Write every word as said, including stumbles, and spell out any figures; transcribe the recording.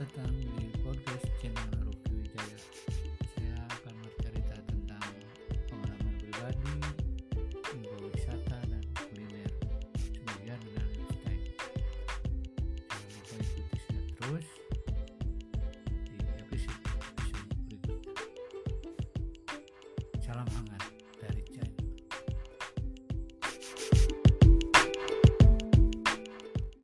datang di podcast channel Ruki Wijaya. Saya akan bercerita tentang pengalaman pribadi, info wisata dan kuliner, sebagian dan lifestyle. Jangan lupa ikuti saya terus di episode episode berikutnya. Salam hangat.